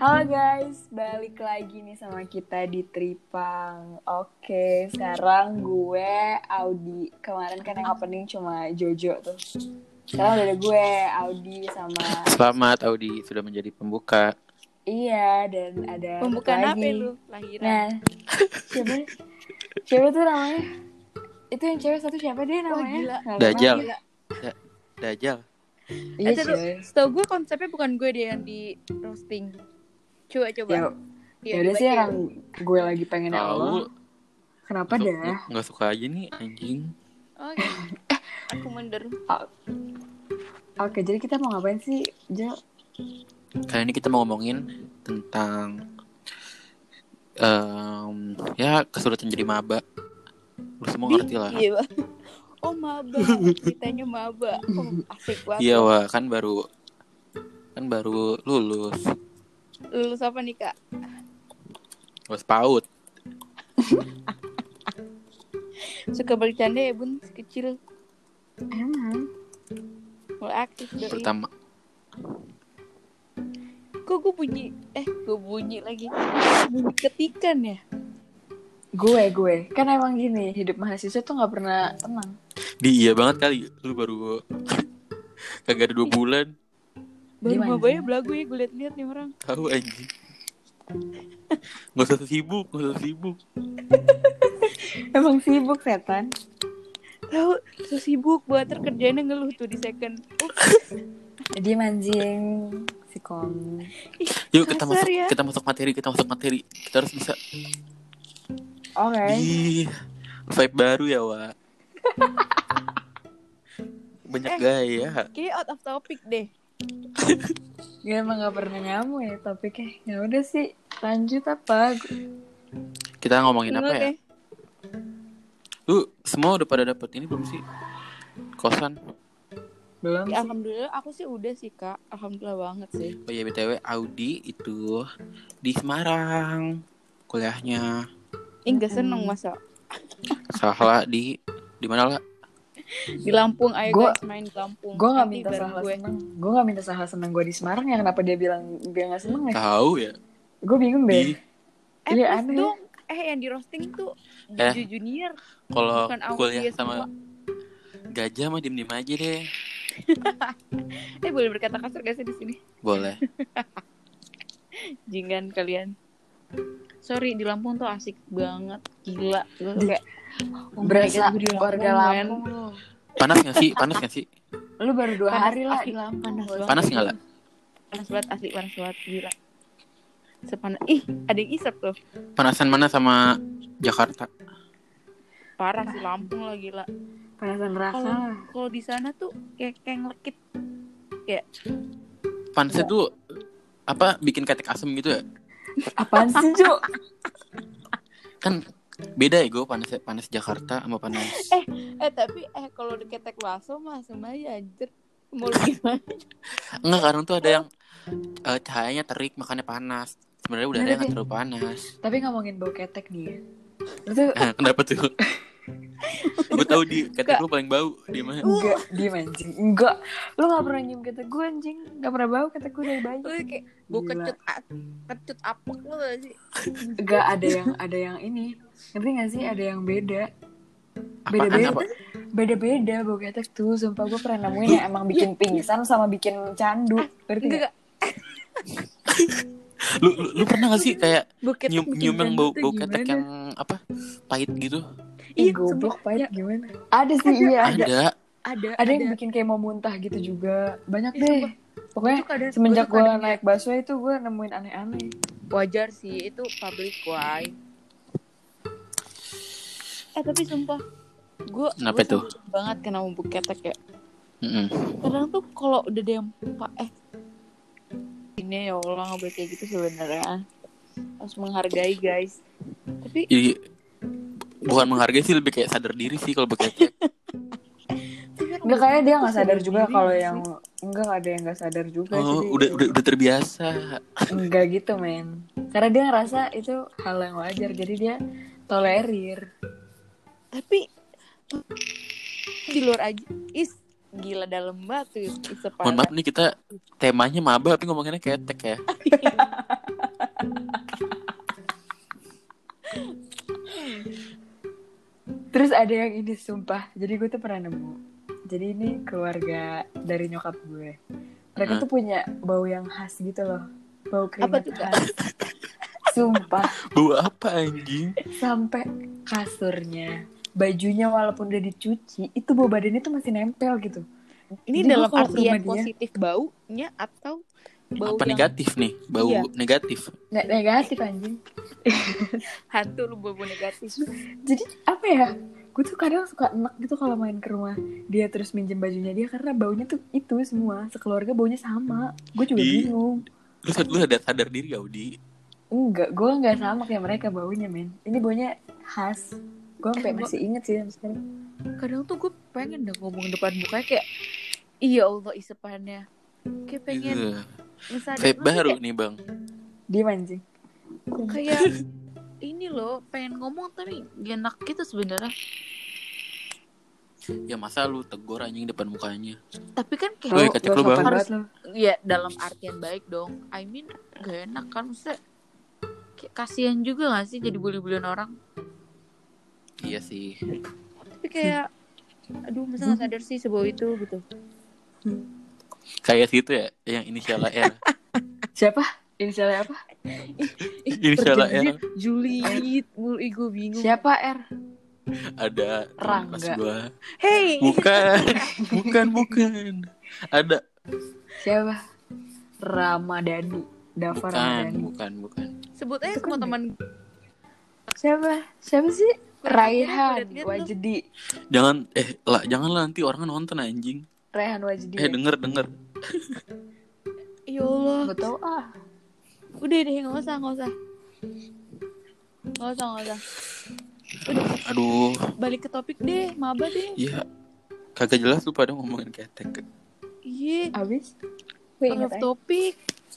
Halo guys, balik lagi nih sama kita di Tripang. Oke, sekarang gue Audi. Kemarin kan yang opening cuma Jojo tuh. Sekarang udah ada gue, Audi sama... Selamat Audi, sudah menjadi pembuka. Iya, dan ada pembukaan lagi. apa lu? Lahiran. Nah, siapa tuh namanya? Itu yang cewek satu siapa dia namanya? Wah, gila. Dajjal. Gila. Dajjal. Iya, Setahu gue konsepnya bukan gue deh yang di roasting. Coba. Ya udah sih yang gue lagi pengen Tahu. Kenapa dah? Nggak suka aja nih anjing. Oke. Aku mundur. Oke, jadi kita mau ngapain sih, Jo? Kali ini kita mau ngomongin tentang ya kesulitan jadi maba. Lu semua ngerti lah. Iya, Bang. Oh, maba. Ceritanya maba. Oh, asik banget. Iya, wah, kan baru lulus. Lulus apa nih, Kak? Lulus PAUD. Suka bercanda ya, Bun, kecil. Emang? Mulai aktif doi. Pertama. Kok gue bunyi lagi. Bunyi ketikan ya? Gue kan emang gini, hidup mahasiswa tuh nggak pernah tenang. Iya banget kali, lu baru kagak ada 2 bulan. Baru Gimana mabanya sih? belagu ya, gue liat-liat nih orang. Tahu anjing. Nggak usah sibuk. Emang sibuk setan. Tahu, so sibuk buat kerjanya ngeluh tuh di second. Dia manjing si Kom. Yuk Kasar ya. kita masuk materi. Kita harus bisa. Oke. Ih, vibe baru ya, Wak. Banyak gaya. Kayaknya out of topic deh. Gue emang nggak pernah nyamuk ya topiknya. Ya udah sih, lanjut apa? Kita ngomongin apa ya? Oke. Lu semua udah pada dapet ini belum sih? Kosan. Belum Ya, sih. alhamdulillah aku sih udah sih, Kak. Alhamdulillah banget sih. Oh iya, BTW Audi itu di Semarang kuliahnya. Enggak seneng masa Salah di mana lah? di Lampung. Ayo Gua- guys main di Lampung. Gue nggak Nanti minta bareng salah gue. seneng. Gue nggak minta salah seneng gue di Semarang ya. Kenapa dia bilang nggak seneng ya? Tahu ya. Gue bingung deh. Di Iya, Please aneh. dong. Yang di roasting tuh Juju Junior. kalau Bukan Audi kuliah ya sama semua. gajah mah diem aja deh. Boleh berkata kasar gak sih di sini? Boleh. Jingan kalian. Sorry, di Lampung tuh asik banget. Gila. Gue kayak Berasa gue di warga men. Lampung lu. Panas nggak sih? Lu baru 2 Panas, hari lah asli. di Lampung. Panas banget. Panas nggak lah? Panas banget, asli panas banget. Gila. Sepanas. Ada yang isap tuh. Panasan mana sama Jakarta? Parah sih Lampung lah, gila. Panasan neraka. Kalau di sana tuh kayak ngelekit. Kayak Panasnya tuh apa? Bikin ketek asem gitu ya? Apaan sih, Jo? Kan beda ya gue panas Jakarta sama panas. tapi kalau ketek bakso mah sama aja anjir. Mau gimana? Enggak, karena tuh ada yang cahayanya terik makanya panas. Sebenarnya udara yang nggak terlalu panas. Tapi ngomongin bau ketek nih ya. Lu tuh Kenapa tuh? Gue tahu di ketek lu paling bau di mana? enggak, diem anjing. Enggak. Lu gak pernah nyium ketek gue anjing. Gak pernah bau ketek gue dari bayi. Lu kayak gue Gila. kecut apek lu gak sih? Enggak, ada yang ini. Ngerti gak sih? Ada yang beda. Apaan, apa? Beda-beda bau ketek tuh. Sumpah gue pernah nemuin yang emang bikin pingsan sama bikin candu. Ngerti gak? Enggak. Lu pernah gak sih kayak Bau ketek nyium yang bikin bau candu ketek gimana? yang apa? Pahit gitu? Iya, goblok sumpah. pahit gimana? Ada sih, iya ada. Ada yang bikin kayak mau muntah gitu juga. Banyak Iya, deh. sumpah. Pokoknya Itu kadang- semenjak itu gue kadang naik busway itu gue nemuin aneh-aneh. wajar sih, itu public way. Tapi sumpah gue Kenapa tuh? banget kena bau ketek ya. Mm-mm. Kadang tuh kalau udah ada yang ini ya Allah nggak boleh kayak gitu sebenarnya. Harus menghargai guys. Tapi Jadi bukan menghargai sih, lebih kayak sadar diri sih kalau beketek. Enggak, kayaknya dia nggak sadar Sadar juga diri kalau sih. yang enggak ada yang nggak sadar juga Oh, sih. udah terbiasa. Enggak gitu men. Karena dia ngerasa itu hal yang wajar, jadi dia tolerir. tapi di luar aja gila dalam banget tuh Mohon maaf nih, kita temanya maba tapi ngomonginnya ketek ya. Terus ada yang ini sumpah. Jadi gue tuh pernah nemu. Jadi ini keluarga dari nyokap gue. Mereka tuh punya bau yang khas gitu loh. Bau Apa keringat tuh, Kak? khas. Sumpah. Bau apa anjing? Sampai kasurnya, bajunya walaupun udah dicuci, itu bau badannya tuh masih nempel gitu. Ini Jadi gue dalam kalau ke rumah artian dia, positif baunya atau bau Apa yang negatif nih? Bau Iya. negatif. negatif anjing. hantu lu, bau negatif? Jadi apa ya? Gue tuh kadang suka enak gitu kalau main ke rumah dia terus minjem bajunya dia karena baunya tuh itu semua sekeluarga baunya sama. Gue juga bingung. Lu sadar diri gak, Udi? Enggak, gue nggak sama kayak mereka baunya men. Ini baunya khas. Gue sampai masih inget sih sampai sekarang. Kadang tuh gue pengen dah ngomong depan mukanya kayak, iya Allah isepannya. Kayak pengen misalnya Vape baru nih bang. Dia anjing. kayak ini loh, pengen ngomong tapi gak enak gitu sebenarnya. Ya masa lu tegur anjing depan mukanya? Tapi kan Woi, kayak kacek lu bang. harus ya dalam artian baik dong. I mean gak enak kan, maksudnya kayak kasihan juga gak sih jadi bully-bullyan orang. Iya sih. Tapi kayak aduh masa gak sadar sih sebau itu gitu. Kayak situ ya, yang inisialnya R. Siapa? Inisialnya apa? Inisialnya R. Julid, mulai gue bingung. Siapa R? Ada Rangga. pas gua. Hey, Bukan. Ada. Siapa? Ramadhani. Dava Ramadhani. Bukan. sebut aja Itu semua kan teman. Siapa sih? Raihan Kudet-kudet Wajdi. Janganlah nanti orang nonton anjing. Raihan Wajdi. Denger. Ya Allah. Gak tau ah. Udah deh, nggak usah. Udah, Aduh, balik ke topik deh, maba deh. iya. Kagak jelas lu pada ngomongin ketek. Iya, Abis? Gue out inget of aja. topik.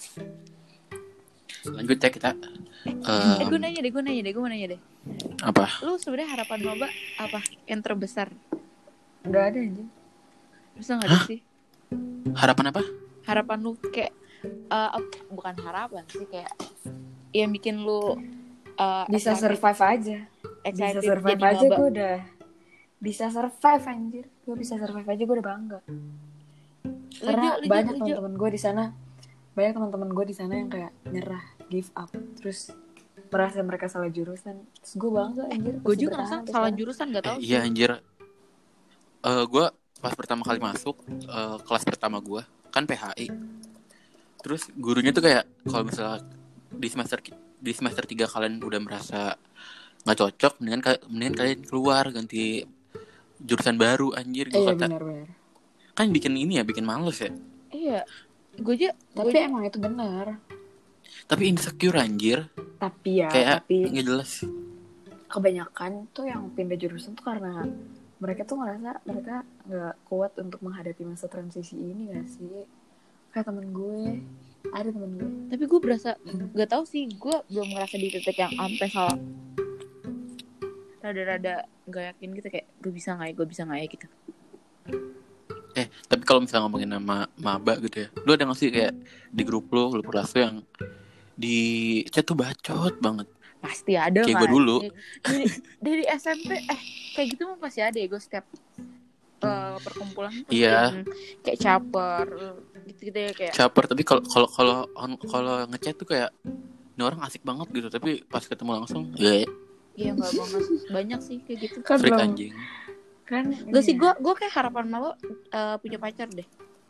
Lanjut ya kita. Gue nanya deh. Apa? Lu sebenarnya harapan maba apa? Yang terbesar? Gak ada anjing. Bisa nggak ada sih? Harapan apa? Harapan lu kayak bukan harapan sih, kayak yang bikin lu Bisa survive aja. Bisa excited survive jadi aja maba. gue udah. Bisa survive anjir. Gue bisa survive aja gue udah bangga. Karena banyak teman-teman gue di sana. Banyak teman-teman gue di sana yang kayak nyerah, give up, terus merasa mereka salah jurusan. Terus gue bangga anjir. Gue juga ngerasa salah jurusan, nggak tahu. Iya anjir. Gue pas pertama kali masuk kelas pertama gue kan PHI. Terus gurunya tuh kayak kalau misalnya di semester 3 kalian udah merasa nggak cocok, mendingan kalian keluar ganti jurusan baru anjir. Gue Iya kata benar. kan bikin males ya. Iya, gue Tapi emang itu benar. Tapi insecure anjir. Tapi Kayak nggak jelas. kebanyakan tuh yang pindah jurusan tuh karena mereka tuh ngerasa mereka nggak kuat untuk menghadapi masa transisi ini nggak sih? Kayak temen gue, ada temen gue. Tapi gue berasa nggak tahu sih, gue belum ngerasa di titik yang sampai salah. Rada-rada nggak yakin gitu, kayak gue bisa nggak ya gitu. Tapi kalau misalnya ngomongin nama maba gitu ya, lu ada nggak sih kayak di grup lu kelas lu yang di chat tuh bacot banget? Pasti ada Kayak kan. gue dulu. Dari SMP kayak gitu mah pasti ada ya, gue setiap perkumpulan pasti Iya. yang kayak caper gitu ya, kayak Caper, tapi kalau ngechat tuh kayak ini orang asik banget gitu, tapi pas ketemu langsung iya nggak banget. Banyak sih kayak gitu. Kan freak belum anjing. kan. Gak sih, gue kayak harapan malu punya pacar deh.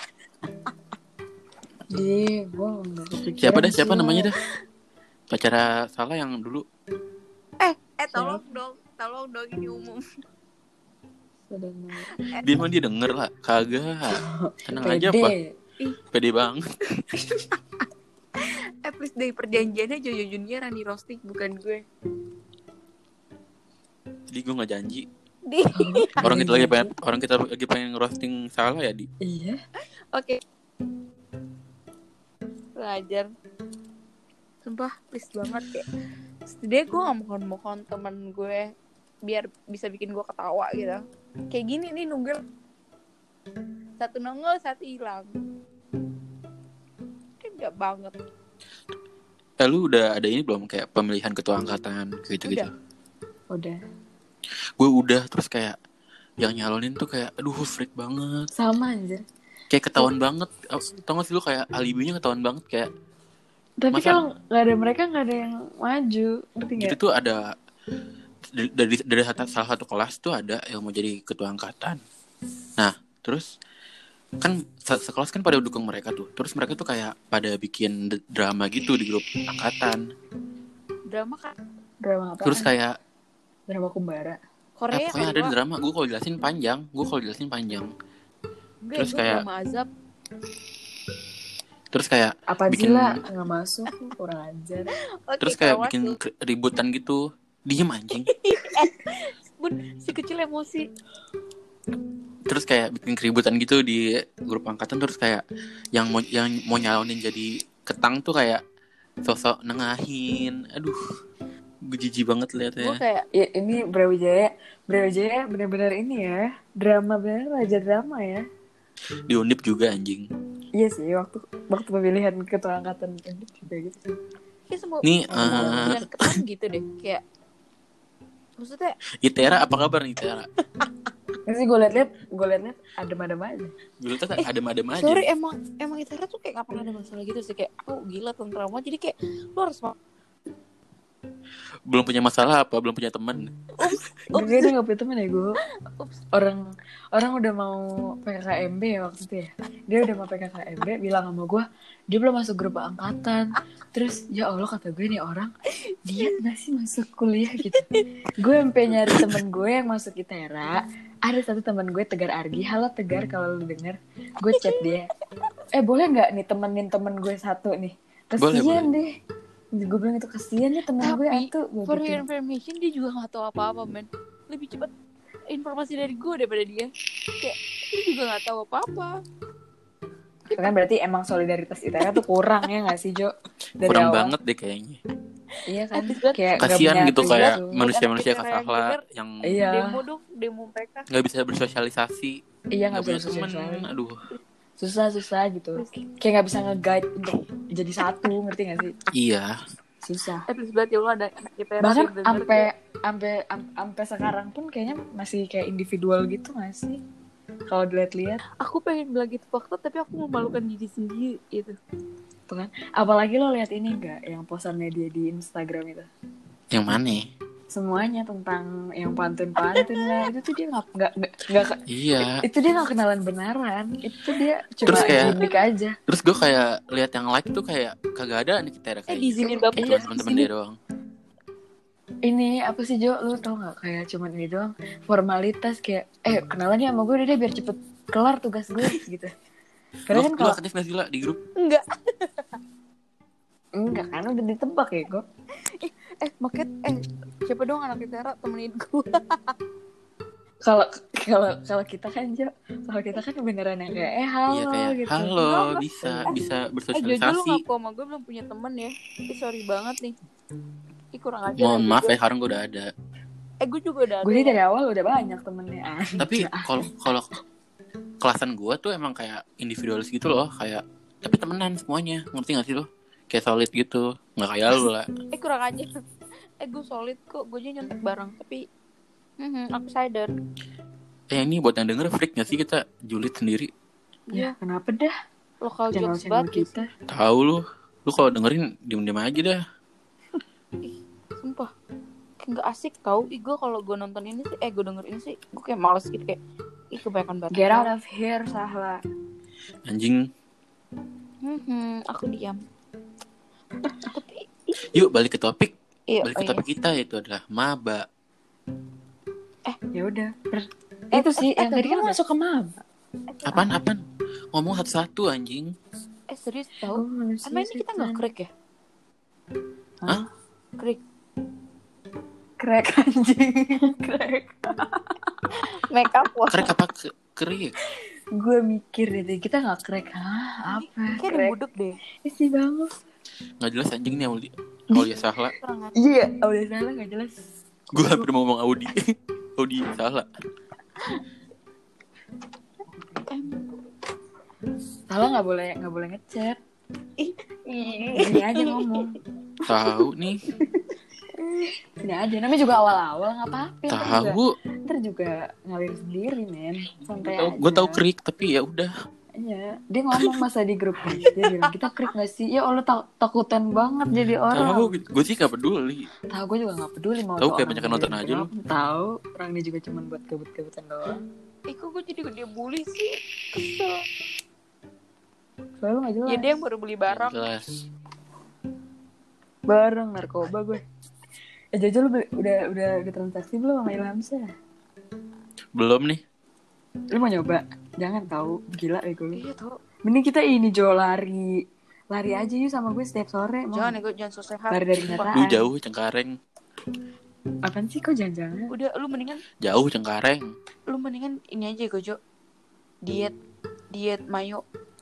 Di gue nggak kepikiran. Siapa namanya dah? Pacara salah yang dulu. Tolong dong ini umum. Dia denger lah. Kagak. Tenang aja apa? Pede banget. Please deh, perjanjiannya Jojo Junior Rani roasting, bukan gue. Jadi gue nggak janji. Orang kita lagi pengen roasting salah ya di. Iya. Oke. Belajar. Sumpah, please banget kayak. Setidaknya gue gak mohon temen gue biar bisa bikin gue ketawa gitu. Kayak gini nih, nunggil. Satu nongol, satu hilang. Kan gak banget. Lu udah ada ini belum kayak pemilihan ketua angkatan gitu-gitu? Udah. Gue udah, terus kayak yang nyalonin tuh kayak aduh freak banget. Sama anjir. Kayak ketahuan banget. Tau gak sih lu kayak alibinya ketahuan banget kayak. Tapi Masa- kalau nggak ada mereka nggak ada yang maju, ngerti Itu nggak? tuh ada dari salah satu kelas tuh ada yang mau jadi ketua angkatan. Nah, terus kan sekelas kan pada dukung mereka tuh. Terus mereka tuh kayak pada bikin drama gitu di grup angkatan. Drama kan Drama apa? Terus kayak Drama Kumbara. Korea pokoknya kali ada Wak. drama. Gue kalau jelasin panjang. Enggak, Terus itu kayak- drama azab. Terus kayak Apa sih bikin lah nggak masuk, kurang ajar. Oke, terus kayak kalau bikin masuk. ributan gitu. Diem anjing. Bun, si kecil emosi. Terus kayak bikin keributan gitu di grup angkatan. Terus kayak yang mau nyalonin jadi ketang tuh kayak sosok nengahin. Aduh, gue jijik banget Gue liatnya. kayak Ya ini Brawijaya benar-benar ini ya, drama bener, raja drama ya. Di Undip juga anjing. Iya sih, waktu pemilihan ketua angkatan ini juga gitu sih. kayak semua Nih, pemilihan ketan gitu deh. Kayak maksudnya Itera apa kabar nih Itera? Ini sih gue liat adem-adem aja. Gue tuh adem-adem aja. sorry emang Itera tuh kayak gak pernah ada masalah gitu sih. Kayak gila tentram aja. Jadi kayak lu harus Belum punya masalah apa? Belum punya teman. Gue dia gak punya temen ya gue. Orang udah mau PKKMB ya waktu itu ya. Dia udah mau PKKMB bilang sama gue, dia belum masuk grup angkatan. Terus ya Allah kata gue nih orang, dia masih masuk kuliah gitu. Gue sampai nyari temen gue yang masuk ITERA. Ada satu temen gue Tegar Argi. Halo Tegar kalau lu denger. Gue chat dia. Boleh gak nih temenin temen gue satu nih? Kasian deh. Gue bilang itu kasian nih temen gue Tapi itu. for your information dia juga gak tahu apa-apa men. Lebih cepat informasi dari gue daripada dia. Kayak dia juga gak tahu apa-apa. Kan berarti emang solidaritas ITERA tuh kurang ya gak sih Jo? Dari Kurang awal. banget deh kayaknya. Iya kan? Episode Kayak gak Kasian menyatu gitu kayak gitu. manusia-manusia Anak ITERA yang kasahla denger, yang Iya. Demo dong, demo mereka. nggak bisa bersosialisasi. Iya Nggak gak punya bisa temen. sosialisasi. Aduh. Susah gitu. Kayak gak bisa nge-guide untuk jadi satu, ngerti gak sih? Iya. Susah. Please banget ya Allah ada anak ITERA Bahkan yang denger. sampai sekarang pun kayaknya masih kayak individual gitu gak sih? Kalau dilihat-lihat Aku pengen bilang gitu fakta tapi aku memalukan diri sendiri gitu. tuh kan. Apalagi lo lihat ini gak yang posannya dia di Instagram itu? Yang mana? Semuanya tentang yang pantun-pantun lah. Itu tuh dia nggak Iya. itu dia nggak kenalan beneran. Itu dia cuma Terus kayak- gimmick aja. Terus gue kayak lihat yang like tuh kayak kagak ada nih Itera kayak Diizinin gitu. bapak. Cuma teman-teman dia doang. Ini apa sih Jo? Lu tau nggak kayak cuman ini doang formalitas kayak kenalan ya sama gue deh biar cepet kelar tugas gue gitu. Karena kan Lu kalau aktif gak sih lah di grup? Enggak. enggak kan udah ditebak ya kok. Maket siapa dong anak ITERA temenin gue. Kalau kita kan Jo, kalau kita kan beneran yang kayak halo Iya kayak gitu. halo Enggak. bisa Jojo lu bersosialisasi. ngaku sama gue belum punya temen ya. Sorry banget nih. Kurang aja. Mohon maaf ya sekarang gue udah ada. Gue juga udah ada. Gue sih dari awal udah banyak temennya. Tapi kalau kelasan gue tuh emang kayak individualis gitu loh, kayak tapi temenan semuanya, ngerti gak sih lo? Kayak solid gitu, nggak kayak lu lah. Kurang aja. Gue solid kok. Gue aja nyontek bareng. Tapi aku sadar. Ini buat yang denger freak gak sih kita julid sendiri? Ya kenapa dah? Lokal Channel jokes banget kita. Tahu lu kalau dengerin diem-diem aja dah. Sumpah nggak asik tau. Gue kalau gue nonton ini sih gue denger ini sih gue kayak males gitu. Kayak kebanyakan banget. Get out of here Sahla. Anjing. Aku diam. Tapi Yuk balik ke topik. iya, Balik ke topik kita yaitu adalah maba. Ya udah. Itu sih yang tadi kan masuk ke maba. Apaan? Ngomong satu-satu anjing. Serius tau. Emang ini kita nggak crack ya? Hah? Crack anjing. Crack. Make up wah. Krek apa kerik? Gue mikir deh kita nggak crack. Hah? Apa? Kayak ada budek deh. Isi banget. Nggak jelas anjing nih Aulia Sahla. Kurang aja. Iya. Udah salah nggak jelas. Gue hampir mau ngomong Audi. Audi Sahla. Salah nggak boleh ngechat. Ini aja ngomong. Tahu nih. Ini aja, namanya juga awal-awal nggak apa-apa. Tahu. Ntar juga ngalir sendiri, men. Santai aja. Gue tahu krik tapi ya udah. Iya, dia ngomong masa di grup nih. Dia bilang, kita krik gak sih? Ya Allah, takutan banget jadi orang. Tahu, gue sih gak peduli. Tahu, gue juga gak peduli mau Tahu tau kayak orang banyak nonton aja lu. Tahu, orang ini juga cuma buat kebut-kebutan doang. Kok gue jadi dia bully sih? Kesel. Soalnya gak jelas. Ya dia yang baru beli barang. Jelas. Barang narkoba gue. Jojo lu udah transaksi belum sama Ilham Syah? Belum nih. Lu mau nyoba? Jangan tahu, gila lu. Iya tau. Mending kita ini Jo lari aja yuk sama gue setiap sore. Jangan ya, gue jangan so sehat. Lari dari kenyataan. Lu jauh Cengkareng. Apaan sih kok jangan-jangan? Udah, lu mendingan ini aja Gojo. Diet mayo.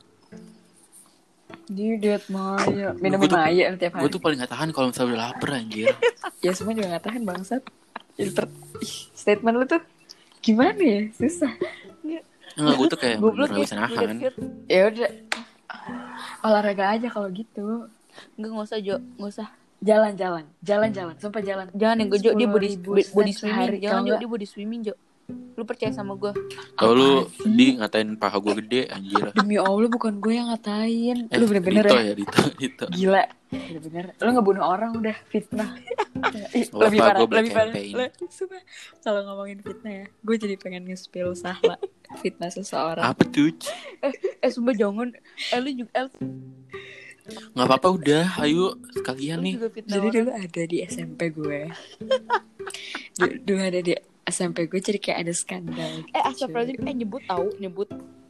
Diet Maya. Minum Gua tuh- Maya tiap hari. Gue tuh paling gak tahan kalau misalnya udah lapar anjir. Ya semua juga gak tahan bangsat. Statement lu tuh gimana ya? Susah. Enggak, gue tuh kayak Goblok bener gak bisa nahan. Ya udah. Olahraga aja kalau gitu. Enggak usah Jo, enggak usah. Jalan-jalan. Sumpah jalan. Jangan yang Gojo dia 10.000 body steps sehari. swimming. Jangan Kalau Jo, nggak- dia body swimming Jo. Lu percaya sama gue? Kalau lu Apaan sih? di ngatain paha gue gede anjir. Demi Allah bukan gue yang ngatain. Lu bener-bener Dito ya. ya Dito. Gila. Bener-bener. Lu ngebunuh orang udah fitnah. Gak Lebih apa-apa, parah. gue black Lebih parah. campaign. Sumpah. Kalau ngomongin fitnah ya. Gue jadi pengen nge-spill Sahla. Fitnah seseorang. Apa tuh? Sumpah jangan. Lu juga Gak apa-apa udah, ayo sekalian lu nih. juga fitnah Jadi orang. dulu ada di SMP gue. Dulu ada di SMP gue jadi kayak ada skandal gitu, Astagfirullahaladzim, nyebut.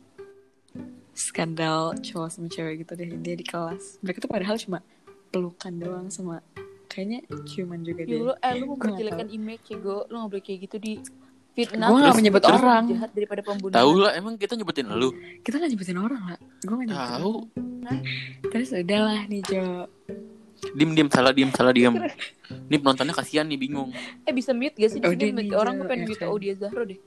skandal cowok sama cewek gitu deh dia di kelas. Mereka tuh padahal cuma pelukan doang sama kayaknya ciuman juga Ya deh. lu, lu Gue nggak memperkirakan image ya Go. Lu gak boleh kayak gitu di fitnah. Gue nggak terus- menyebut terus orang. Jahat daripada pembunuhan. Tahu lah, emang kita nyebutin lu. Kita nggak nyebutin orang lah. Gue nggak nyebutin. Tahu. Terus udahlah nih Jo. Diem salah diem. Nih penontonnya kasihan nih bingung. Bisa mute gak sih di Oh, sini? dia nih, Orang Jo, gue pengen ya mute kan. Audia Zahro deh.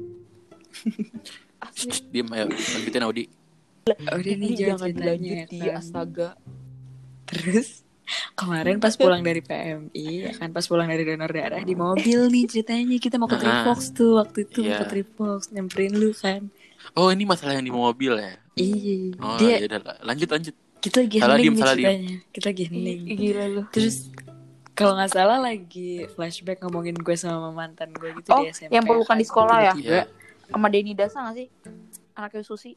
Asli. Diem ayo, lanjutin Audi. Udah nih Jo Jangan ceritanya dilanjut ya dia, kan. astaga. Terus kemarin pas pulang dari PMI ya kan pas pulang dari donor darah di mobil nih ceritanya kita mau ke Trifox tuh waktu itu mau Iya. ke Trifox nyamperin lu kan. Oh ini masalah yang di mobil ya. Iya. Oh Dia ya udah lanjut. kita lagi Salah healing diem, nih salah diem. ceritanya. Kita lagi healing. Gila lu. Terus kalau nggak salah lagi flashback ngomongin gue sama mantan gue gitu Oh, di SMP. yang pelukan di sekolah ya? Tiba-tiba, Sama Denny Dasa gak sih? Anaknya Susi.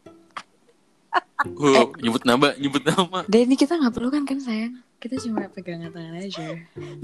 Nyebut nama. Dan ini kita nggak perlu kan sayang. Kita cuma pegangan tangan aja.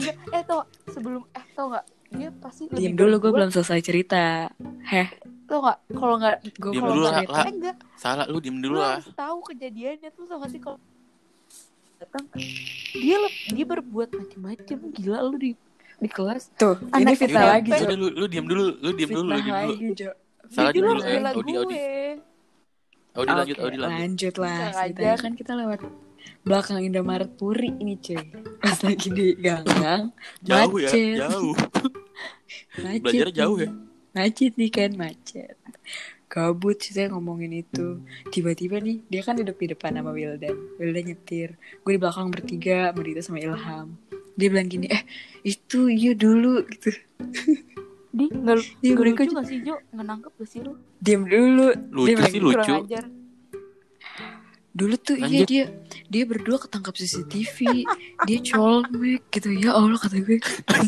Tau gak? Dia pasti Diam lebih dulu gue berdua. belum selesai cerita. Heh, Tau gak? Kalau gak gue Diam kalau dulu cerita. lah. enggak. Salah lu diem dulu Lu lah. harus tahu kejadiannya tuh. Tau gak sih kalau datang dia berbuat macam-macam. Gila lu di kelas. Tuh, ini Anak fitnah Yaudah, lagi SMP. Jo. Yaudah, lu diem dulu. Fitnah lagi Jo. Salah Jadi diem lu dulu. harus bela Audi. gue. Audi lanjut. Oke, lanjut lah. Kurang Ceritanya ajar. kan kita lewat belakang Indomaret Puri ini cuy. Pas lagi di gang-gang. Jauh ya, macet. jauh. Macet. Belajarnya jauh ya. Macet nih kan, macet. Kabut sih saya ngomongin itu. Tiba-tiba nih, dia kan duduk di depan sama Wildan. Wildan nyetir. Gue di belakang bertiga, sama Dita sama Ilham. Dia bilang gini, itu iya dulu gitu. Nggak Iya, mereka lucu gak sih Jo? Nggak nangkep gak sih lu? Diam dulu. Lucu Dia bilang sih, gitu. lucu. Kurang ajar. Dulu tuh Lanjut. iya dia berdua ketangkap CCTV. Dia colmek gitu. Ya Allah kata gue.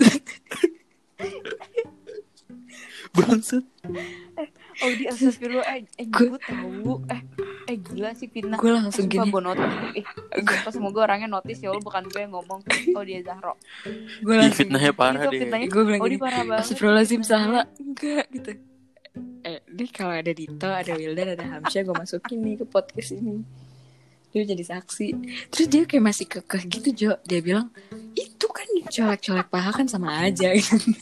Bangsat. Oh di astagfirullah. Gue tahu. Gila sih fitnah. Gue langsung Sumpah gini. gue notice. Sumpah semoga orangnya notice ya Allah, bukan gue yang ngomong. Oh dia Zahro. Gue Ih, langsung fitnahnya parah Itu deh. fitnahnya. gue bilang Oh gini. dia parah banget. Astagfirullahaladzim salah. Enggak gitu. Ini kalau ada Dito, ada Wildan, ada Hamsya, gue masukin nih ke podcast ini. Dia jadi saksi. Terus dia kayak masih kekeh gitu Jo. Dia bilang, itu kan colek-colek paha kan sama aja.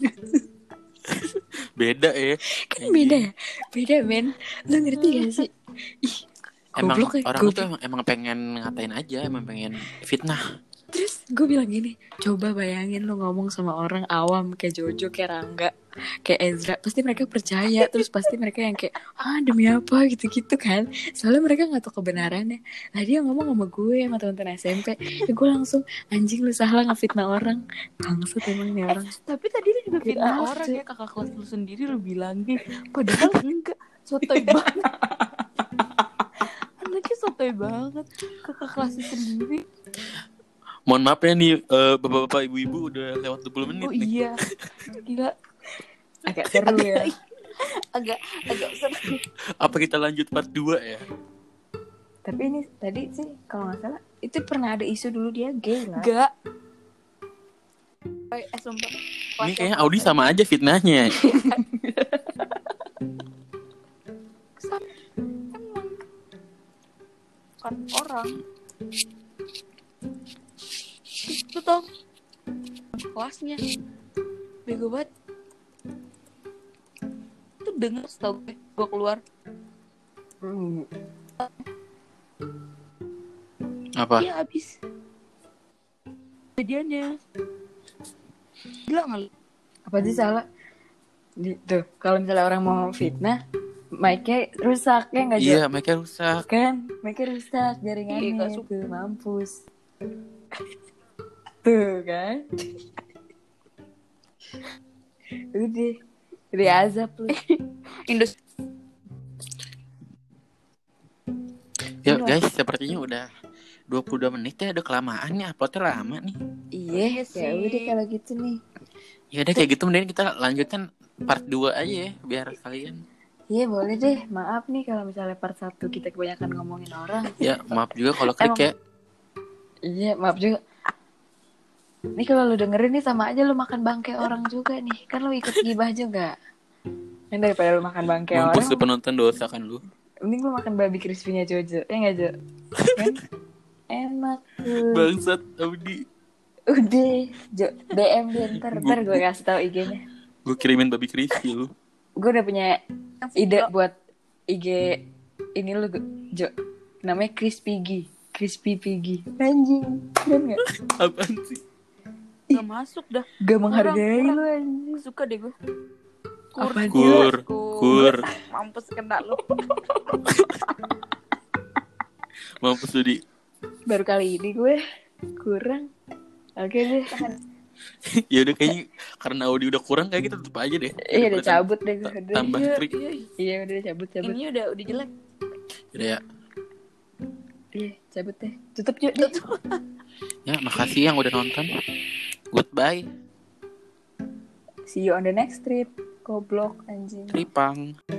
Beda ya. Kan beda ya. Beda men. Lu ngerti gak sih? Ih, Emang goblok ya. orang itu emang pengen ngatain aja, emang pengen fitnah. Terus gue bilang gini, coba bayangin lu ngomong sama orang awam kayak Jojo, kayak Rangga. kayak Ezra, pasti mereka percaya. Terus pasti mereka yang kayak, demi apa gitu-gitu kan. Soalnya mereka gak tahu kebenarannya. Nah dia ngomong sama gue, sama teman-teman SMP. Ya gue langsung, anjing lu salah ngefitnah orang. Bangsat emang nih orang. Tapi tadi lu juga fitnah Kira orang aja. ya, kakak kelas lu sendiri lu bilangin. Padahal enggak, sotoy banget. Anaknya sotoy banget, kakak kelasnya sendiri. Mohon maaf ya nih, bapak-bapak ibu-ibu udah lewat 20 menit Oh nih. iya, gila. Agak seru ya. Agak seru. Apa kita lanjut part 2 ya? Tapi ini tadi sih kalau gak salah, itu pernah ada isu dulu dia gay lah. Enggak. Sumpah. Ini kayaknya Audi sama aja fitnahnya. Emang kan orang. Itu tau kelasnya bego banget. Itu denger setau gue keluar. Apa? Iya abis kejadiannya. Gila gak lu? Apa sih salah? Tuh, kalau misalnya orang mau fitnah, mic-nya rusak ya nggak Jo? Iya, mereka rusak. Kan, mic-nya rusak Iya, jaringannya nggak tuh mampus. Tuh kan? Udah azab lu. Industri Ya guys, sepertinya udah 22 menit ya, udah kelamaan nih, uploadnya lama nih. Iya, Iya sih. ya udah kalau gitu nih. Ya udah kayak gitu, mending kita lanjutkan part 2 aja ya, biar kalian. Iya boleh deh, maaf nih kalau misalnya part 1 kita kebanyakan ngomongin orang. Ya maaf juga kalau klik ya. Iya maaf juga. Nih kalau lu dengerin nih sama aja lu makan bangke orang juga nih. Kan lu ikut gibah juga. Yang daripada lu makan bangke Mampus orang, lu penonton, dosa kan lu. mending lu makan babi crispy-nya Jojo. Ya gak Jo? Kan? Enak tuh. Bangsat Audi. Udah Jo, DM dia ntar gue kasih tau IG-nya. Gue kirimin babi crispy lu. Gue udah punya ide buat IG ini lu Jo. Namanya Crispy Piggy. Anjing, keren gak? Apaan sih? gak masuk dah. Gak menghargai Kurang. lu anjing. Suka deh gue. Apa sih Kur. Mampus kena lu. Mampus lu di. Baru kali ini gue kurang. Oke deh. Ya udah kayaknya karena Audi udah kurang, kayak kita tutup aja deh. Iya udah cabut deh gue. Tambah Iya, trik. Iya udah cabut. Ini udah jelek. Udah ya. Iya cabut deh. Tutup yuk deh. Ya makasih yang udah nonton. Goodbye. See you on the next trip. Goblok anjing. Tripang.